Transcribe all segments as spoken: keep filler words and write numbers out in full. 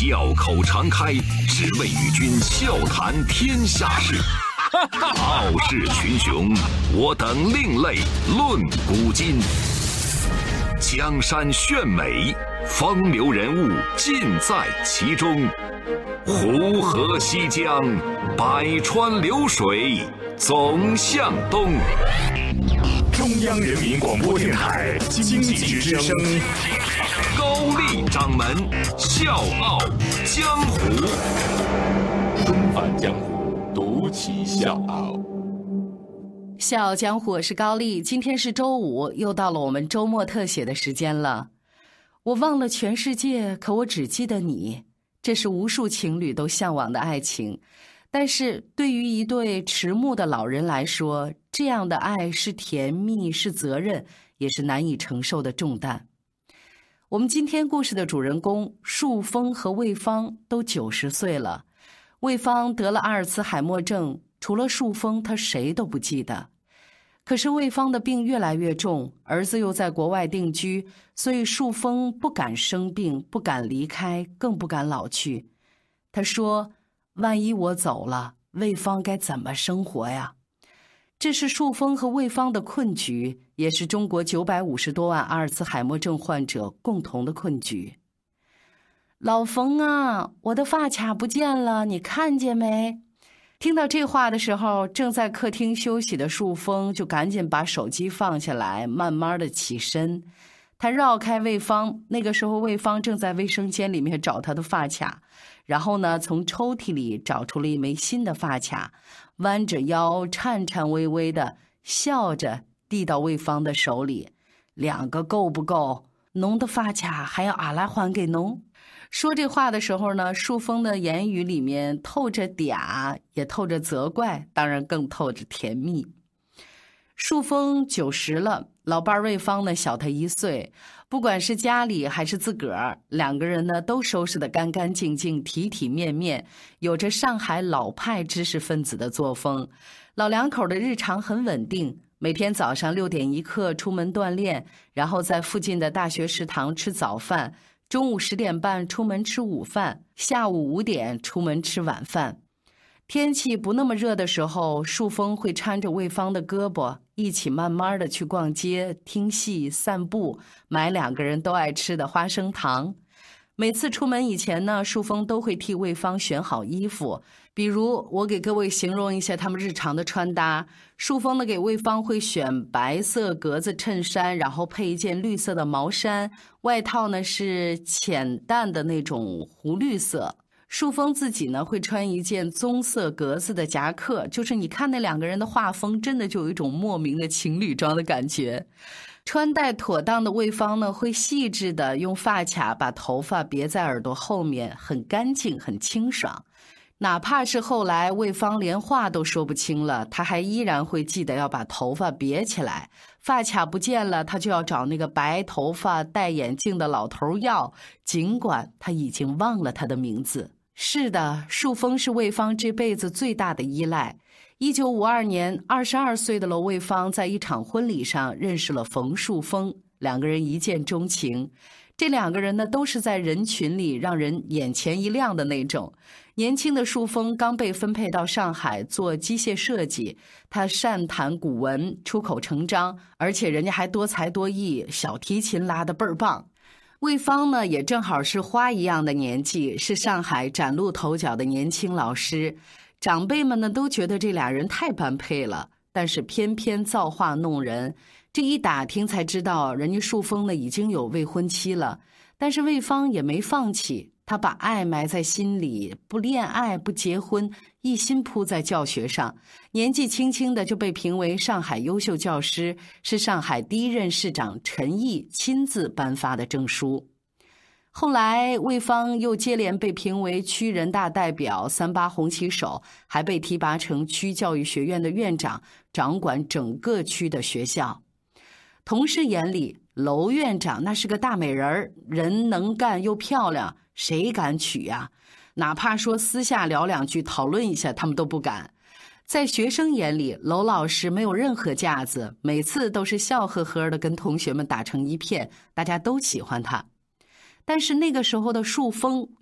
笑口常开，只为与君笑谈天下事。傲视群雄，我等另类论古今。江山炫美，风流人物尽在其中。湖河西江，百川流水总向东。 中央人民广播电台经济之声， 高丽掌门笑傲江湖， 重返江湖，独骑笑傲。 笑傲江湖，我是高丽。今天是周五，又到了我们周末特写的时间了。我忘了全世界，可我只记得你。这是无数情侣都向往的爱情，但是对于一对迟暮的老人来说，这样的爱是甜蜜，是责任，也是难以承受的重担。我们今天故事的主人公树峰和魏芳都九十岁了。魏芳得了阿尔茨海默症，除了树峰，他谁都不记得。可是魏芳的病越来越重，儿子又在国外定居，所以树峰不敢生病，不敢离开，更不敢老去。他说，万一我走了，魏芳该怎么生活呀？这是树峰和魏芳的困局，也是中国九百五十多万阿尔茨海默症患者共同的困局。老冯啊，我的发卡不见了，你看见没？听到这话的时候，正在客厅休息的树峰就赶紧把手机放下来，慢慢的起身。他绕开魏芳，那个时候魏芳正在卫生间里面找他的发卡，然后呢，从抽屉里找出了一枚新的发卡，弯着腰，颤颤巍巍的笑着递到魏芳的手里。两个够不够？侬的发卡还要俺来还给侬？说这话的时候呢，树峰的言语里面透着嗲，也透着责怪，当然更透着甜蜜。树峰九十了，老伴魏芳呢小他一岁，不管是家里还是自个儿，两个人呢都收拾得干干净净，体体面面，有着上海老派知识分子的作风。老两口的日常很稳定，每天早上六点一刻出门锻炼，然后在附近的大学食堂吃早饭，中午十点半出门吃午饭，下午五点出门吃晚饭。天气不那么热的时候，树峰会搀着魏芳的胳膊，一起慢慢的去逛街、听戏、散步，买两个人都爱吃的花生糖。每次出门以前呢，树峰都会替魏芳选好衣服，比如我给各位形容一下他们日常的穿搭。树峰呢给魏芳会选白色格子衬衫，然后配一件绿色的毛衫，外套呢是浅淡的那种湖绿色。树峰自己呢会穿一件棕色格子的夹克，就是你看那两个人的画风，真的就有一种莫名的情侣装的感觉。穿戴妥当的魏芳呢，会细致的用发卡把头发别在耳朵后面，很干净，很清爽。哪怕是后来魏芳连话都说不清了，她还依然会记得要把头发别起来。发卡不见了，她就要找那个白头发戴眼镜的老头要，尽管她已经忘了他的名字。是的，树峰是魏芳这辈子最大的依赖。一九五二年，二十二岁的罗魏芳在一场婚礼上认识了冯树峰，两个人一见钟情。这两个人呢，都是在人群里让人眼前一亮的那种。年轻的树峰刚被分配到上海做机械设计，他善弹古文，出口成章，而且人家还多才多艺，小提琴拉得倍儿棒。魏芳呢，也正好是花一样的年纪，是上海崭露头角的年轻老师。长辈们呢都觉得这俩人太般配了，但是偏偏造化弄人。这一打听才知道，人家树峰呢已经有未婚妻了。但是魏芳也没放弃，她把爱埋在心里，不恋爱不结婚，一心扑在教学上。年纪轻轻的就被评为上海优秀教师，是上海第一任市长陈毅亲自颁发的证书。后来魏芳又接连被评为区人大代表、三八红旗手，还被提拔成区教育学院的院长，掌管整个区的学校。同事眼里，楼院长那是个大美人儿，人能干又漂亮，谁敢娶呀？哪怕说私下聊两句讨论一下，他们都不敢。在学生眼里，娄老师没有任何架子，每次都是笑呵呵的跟同学们打成一片，大家都喜欢他。但是那个时候的树峰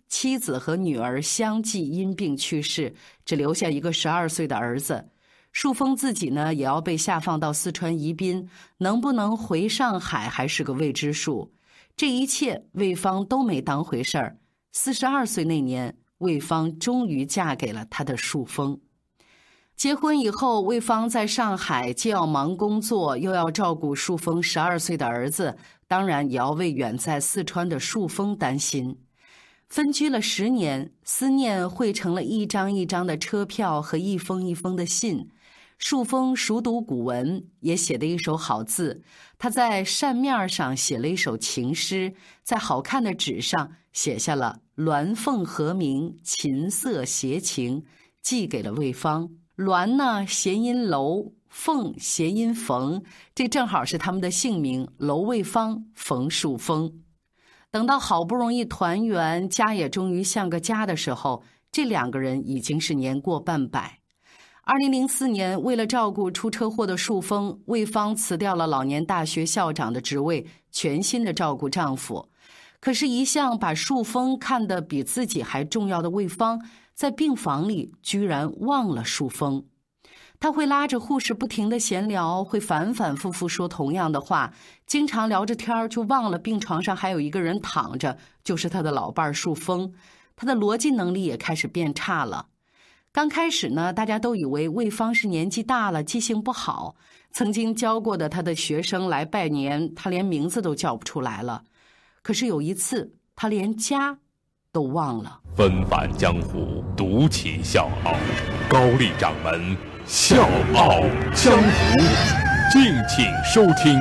妻子和女儿相继因病去世，只留下一个十二岁的儿子。树峰自己呢，也要被下放到四川宜宾，能不能回上海还是个未知数。这一切魏芳都没当回事儿。四十二岁那年，魏芳终于嫁给了他的树峰。结婚以后，魏芳在上海既要忙工作，又要照顾树峰十二岁的儿子，当然也要为远在四川的树峰担心。分居了十年，思念汇成了一张一张的车票和一封一封的信。树峰熟读古文，也写得一手好字。他在扇面上写了一首情诗，在好看的纸上写下了鸾凤和鸣，琴瑟谐情，寄给了魏芳。鸾呢，谐音楼；凤谐音冯，这正好是他们的姓名：楼魏芳，冯树峰。等到好不容易团圆，家也终于像个家的时候，这两个人已经是年过半百。二零零四年，为了照顾出车祸的树峰，魏芳辞掉了老年大学校长的职位，全心的照顾丈夫。可是，一向把树峰看得比自己还重要的魏芳，在病房里居然忘了树峰。他会拉着护士不停地闲聊，会反反复复说同样的话，经常聊着天就忘了病床上还有一个人躺着，就是他的老伴树峰。他的逻辑能力也开始变差了。刚开始呢，大家都以为魏芳是年纪大了，记性不好。曾经教过的他的学生来拜年，他连名字都叫不出来了。可是有一次，他连家都忘了。 纷繁江湖，独起笑傲，高丽掌门笑傲江湖，敬请收听。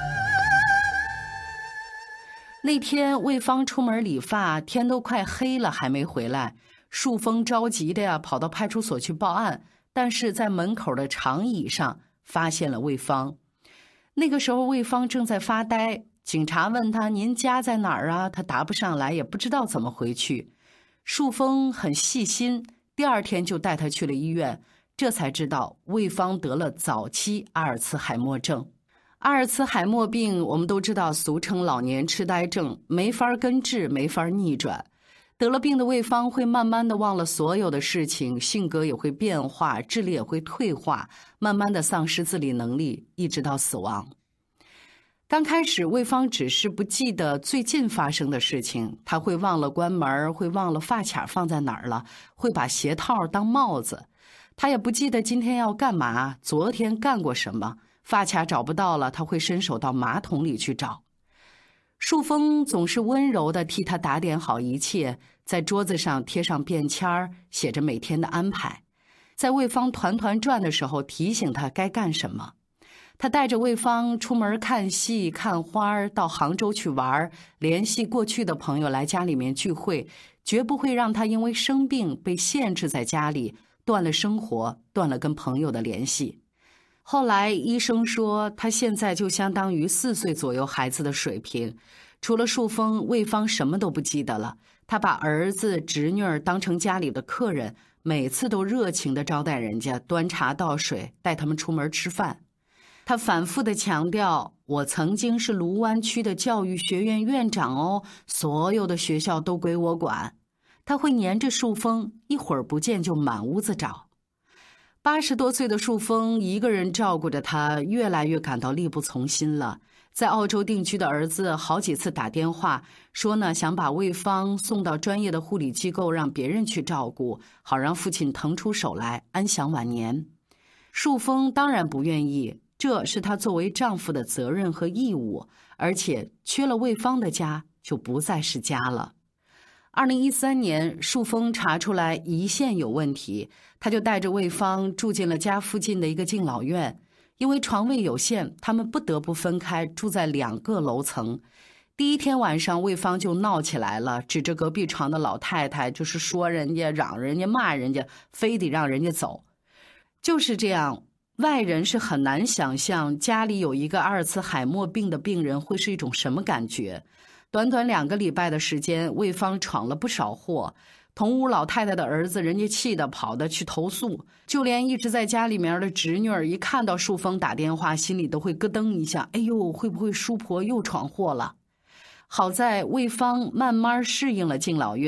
那天魏芳出门理发，天都快黑了还没回来。树峰着急的呀，跑到派出所去报案，但是在门口的长椅上发现了魏芳。那个时候魏芳正在发呆，警察问他：“您家在哪儿啊？”他答不上来，也不知道怎么回去。树峰很细心，第二天就带他去了医院，这才知道魏芳得了早期阿尔茨海默症。阿尔茨海默病我们都知道，俗称老年痴呆症，没法根治，没法逆转。得了病的魏芳会慢慢的忘了所有的事情，性格也会变化，智力也会退化，慢慢的丧失自理能力，一直到死亡。刚开始魏芳只是不记得最近发生的事情，她会忘了关门，会忘了发卡放在哪儿了，会把鞋套当帽子。她也不记得今天要干嘛，昨天干过什么，发卡找不到了，她会伸手到马桶里去找。树峰总是温柔地替他打点好一切，在桌子上贴上便签，写着每天的安排。在魏芳团团转的时候，提醒他该干什么。他带着魏芳出门看戏、看花，到杭州去玩，联系过去的朋友来家里面聚会，绝不会让他因为生病被限制在家里，断了生活，断了跟朋友的联系。后来医生说，他现在就相当于四岁左右孩子的水平，除了树峰，魏芳什么都不记得了。他把儿子侄女儿当成家里的客人，每次都热情地招待人家，端茶倒水，带他们出门吃饭。他反复地强调，我曾经是卢湾区的教育学院院长哦，所有的学校都归我管。他会黏着树峰，一会儿不见就满屋子找。八十多岁的树峰一个人照顾着他，越来越感到力不从心了。在澳洲定居的儿子好几次打电话说呢，想把魏芳送到专业的护理机构，让别人去照顾，好让父亲腾出手来安享晚年。树峰当然不愿意，这是他作为丈夫的责任和义务，而且缺了魏芳的家就不再是家了。二零一三年，树峰查出来胰腺有问题，他就带着魏芳住进了家附近的一个敬老院。因为床位有限，他们不得不分开，住在两个楼层。第一天晚上，魏芳就闹起来了，指着隔壁床的老太太，就是说人家、嚷人家、骂人家，非得让人家走。就是这样，外人是很难想象家里有一个阿尔茨海默病的病人会是一种什么感觉。短短两个礼拜的时间，魏芳闯了不少祸。同屋老太太的儿子，人家气得跑的去投诉，就连一直在家里面的侄女儿，一看到树峰打电话，心里都会咯噔一下，哎呦，会不会叔婆又闯祸了？好在魏芳慢慢适应了敬老院，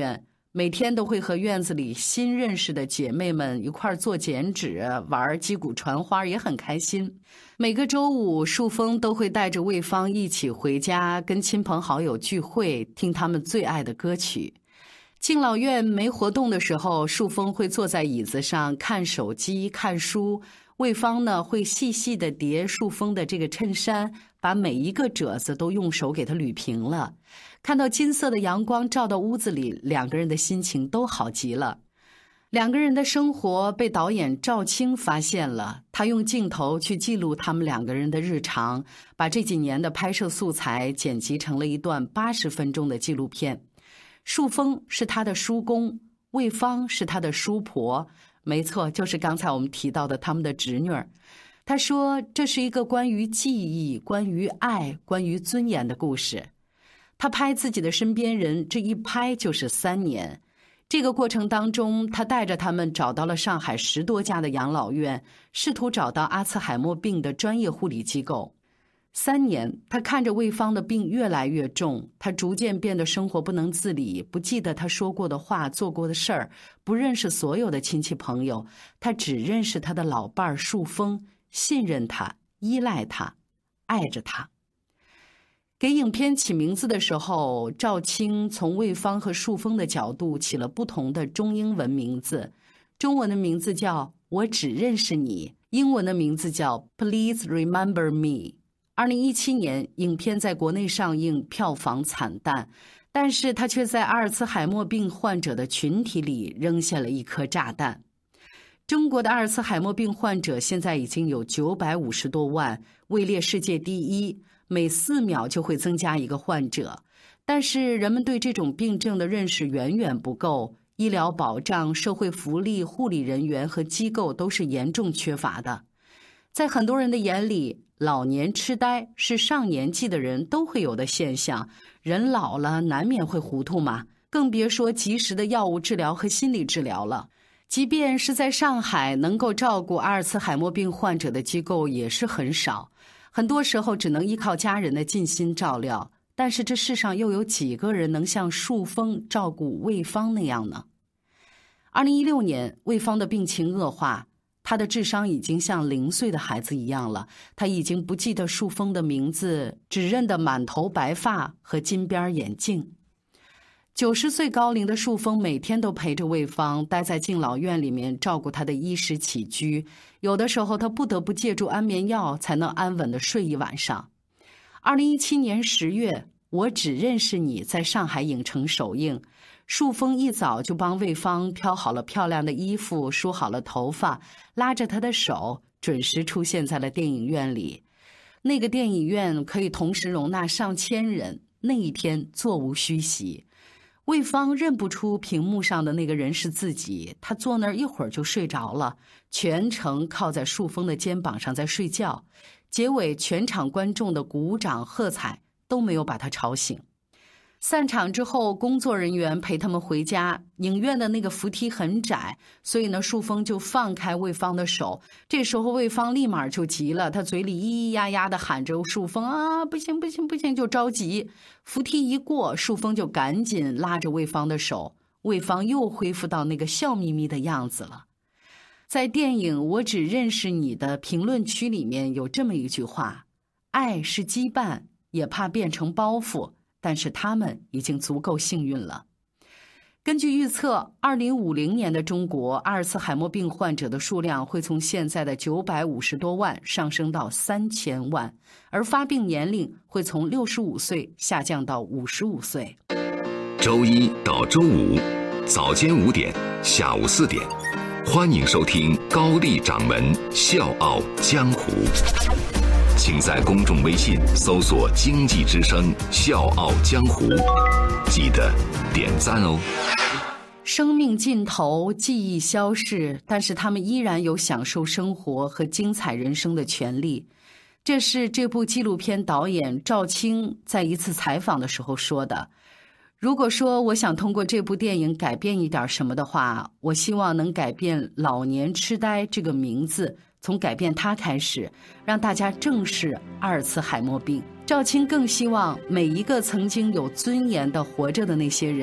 每天都会和院子里新认识的姐妹们一块儿做剪纸，玩击鼓传花，也很开心。每个周五，树峰都会带着魏芳一起回家，跟亲朋好友聚会，听他们最爱的歌曲。敬老院没活动的时候，树峰会坐在椅子上看手机、看书。魏芳呢，会细细地叠树峰的这个衬衫，把每一个褶子都用手给它捋平了。看到金色的阳光照到屋子里，两个人的心情都好极了。两个人的生活被导演赵青发现了，他用镜头去记录他们两个人的日常，把这几年的拍摄素材剪辑成了一段八十分钟的纪录片。树峰是他的叔公，魏芳是他的叔婆，没错，就是刚才我们提到的他们的侄女儿。他说这是一个关于记忆、关于爱、关于尊严的故事。他拍自己的身边人，这一拍就是三年。这个过程当中，他带着他们找到了上海十多家的养老院，试图找到阿兹海默病的专业护理机构。三年，他看着魏芳的病越来越重，他逐渐变得生活不能自理，不记得他说过的话、做过的事儿，不认识所有的亲戚朋友，他只认识他的老伴儿树峰，信任他，依赖他，爱着他。给影片起名字的时候，赵青从魏芳和树峰的角度起了不同的中英文名字。中文的名字叫我只认识你，英文的名字叫 Please Remember Me。二零一七年，影片在国内上映，票房惨淡，但是它却在阿尔茨海默病患者的群体里扔下了一颗炸弹。中国的阿尔茨海默病患者现在已经有九百五十多万，位列世界第一，每四秒就会增加一个患者。但是人们对这种病症的认识远远不够，医疗保障、社会福利、护理人员和机构都是严重缺乏的。在很多人的眼里，老年痴呆是上年纪的人都会有的现象，人老了难免会糊涂嘛，更别说及时的药物治疗和心理治疗了。即便是在上海，能够照顾阿尔茨海默病患者的机构也是很少，很多时候只能依靠家人的尽心照料。但是这世上又有几个人能像树峰照顾魏芳那样呢？二零一六年，魏芳的病情恶化，他的智商已经像零岁的孩子一样了，他已经不记得树峰的名字，只认得满头白发和金边眼镜。九十岁高龄的树峰每天都陪着魏芳待在敬老院里面，照顾他的衣食起居，有的时候他不得不借助安眠药才能安稳地睡一晚上。二零一七年十月，我只认识你在上海影城首映，树峰一早就帮魏芳挑好了漂亮的衣服，梳好了头发，拉着她的手，准时出现在了电影院里。那个电影院可以同时容纳上千人，那一天座无虚席。魏芳认不出屏幕上的那个人是自己，她坐那儿一会儿就睡着了，全程靠在树峰的肩膀上在睡觉。结尾全场观众的鼓掌喝彩都没有把她吵醒。散场之后，工作人员陪他们回家，影院的那个扶梯很窄，所以呢，树峰就放开魏芳的手。这时候魏芳立马就急了，她嘴里咿咿呀呀的喊着树峰啊，不行不行不行，就着急。扶梯一过，树峰就赶紧拉着魏芳的手，魏芳又恢复到那个笑眯眯的样子了。在电影《我只认识你》的评论区里面有这么一句话：爱是羁绊，也怕变成包袱，但是他们已经足够幸运了。根据预测，二零五零年的中国阿尔茨海默病患者的数量会从现在的九百五十多万上升到三千万，而发病年龄会从六十五岁下降到五十五岁。 周一到周五早间五点，下午四点，欢迎收听高丽掌门笑傲江湖。请在公众微信搜索经济之声笑傲江湖，记得点赞哦。 生命尽头，记忆消逝，但是他们依然有享受生活和精彩人生的权利。这是这部纪录片导演赵青在一次采访的时候说的。如果说我想通过这部电影改变一点什么的话，我希望能改变老年痴呆这个名字，从改变它开始，让大家正视阿尔茨海默病。赵青更希望每一个曾经有尊严的活着的那些人，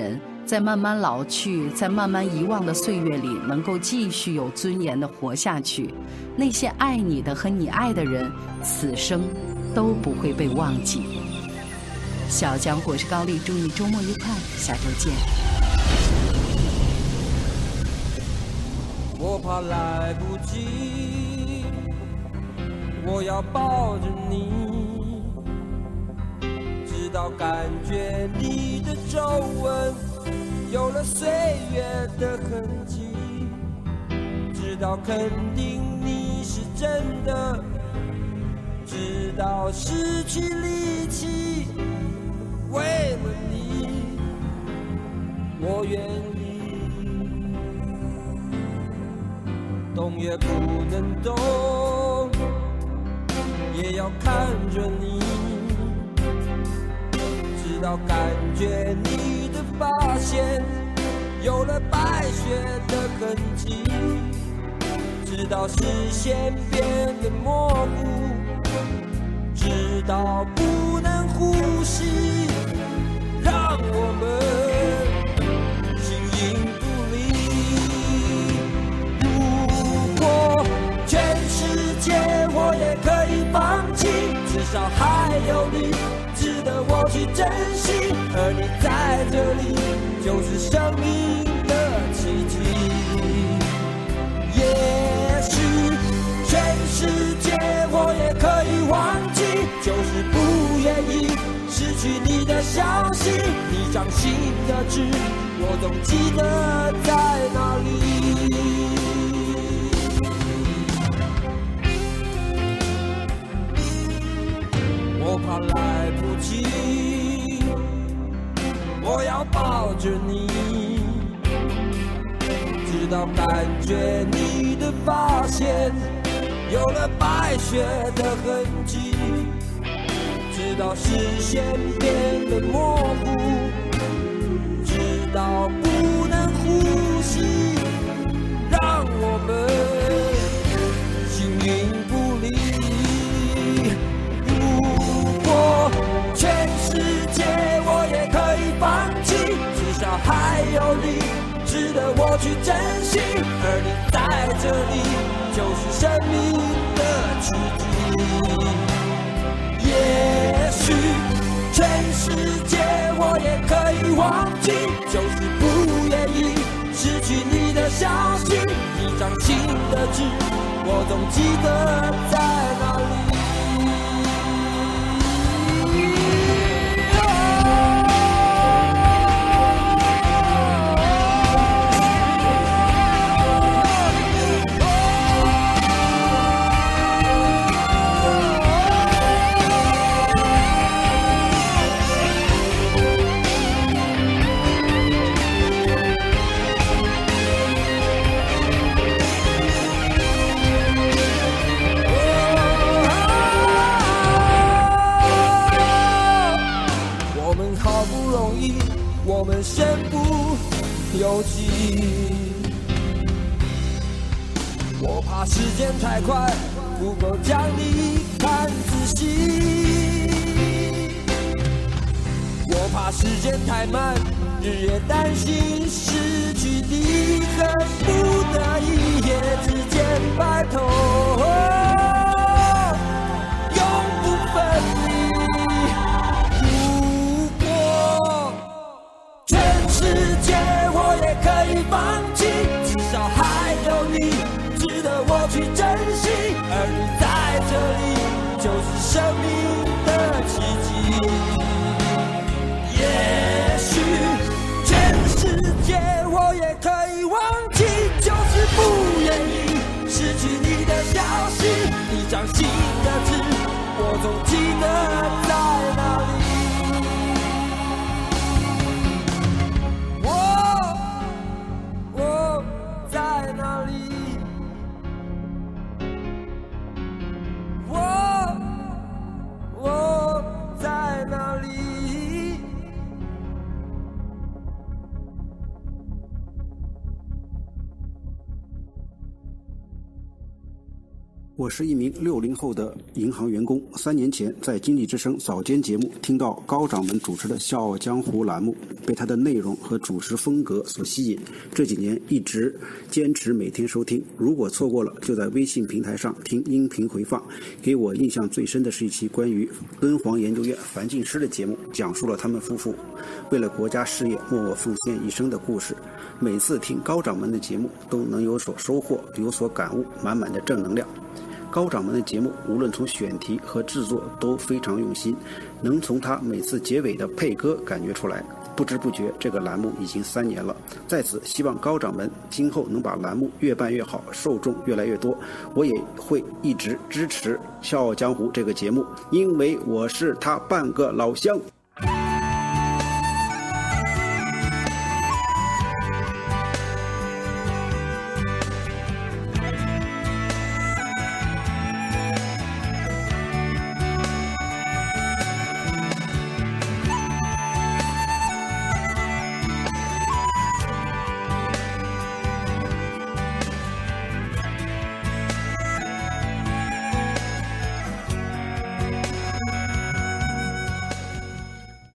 在慢慢老去，在慢慢遗忘的岁月里，能够继续有尊严地活下去。那些爱你的和你爱的人，此生都不会被忘记。小江湖，我是高丽，祝你周末愉快，下周见。 我怕来不及，我要抱着你，直到感觉你的皱纹有了岁月的痕迹，直到肯定你是真的，直到失去力气，为了你我愿意动也不能动，也要看着你，直到感觉你的发线有了白雪的痕迹，直到视线变得模糊，直到不能呼吸，让我们形影不离。如果全世界我也可以放弃，至少还有你值得我去珍惜，而你在这里就是生命的奇迹。也许全世界我也可以忘记，就是不愿意失去你的消息，你掌心的痣我总记得在哪里。我怕来不及，我要抱着你，直到感觉你的发线有了白雪的痕迹，直到视线变得模糊，直到不能呼吸，让我们形影不离。如果全世界我也可以放弃，至少还有你值得我去珍惜，而你在这里就是生命的奇迹。也许全世界我也可以忘记，就是不愿意失去你的消息，你掌心的痣我总记得在哪里。我们身不由己，我怕时间太快，不够将你看仔细，我怕时间太慢，日夜担心失去你，恨不得一夜之间白头，永不分离。世界我也可以放弃，至少还有你值得我去珍惜，而你在这里就是生命的奇迹。也许全世界我也可以忘记，就是不愿意失去你的消息，你掌心的痣我总记得在哪里。 我是一名六零后的银行员工，三年前在经济之声早间节目听到高掌门主持的《笑傲江湖》栏目，被他的内容和主持风格所吸引。这几年一直坚持每天收听，如果错过了，就在微信平台上听音频回放。给我印象最深的是一期关于敦煌研究院樊进师的节目，讲述了他们夫妇为了国家事业默默奉献一生的故事。每次听高掌门的节目都能有所收获，有所感悟，满满的正能量。高掌门的节目无论从选题和制作都非常用心，能从他每次结尾的配歌感觉出来。不知不觉这个栏目已经三年了，在此希望高掌门今后能把栏目越办越好，受众越来越多。我也会一直支持《笑傲江湖》这个节目，因为我是他半个老乡。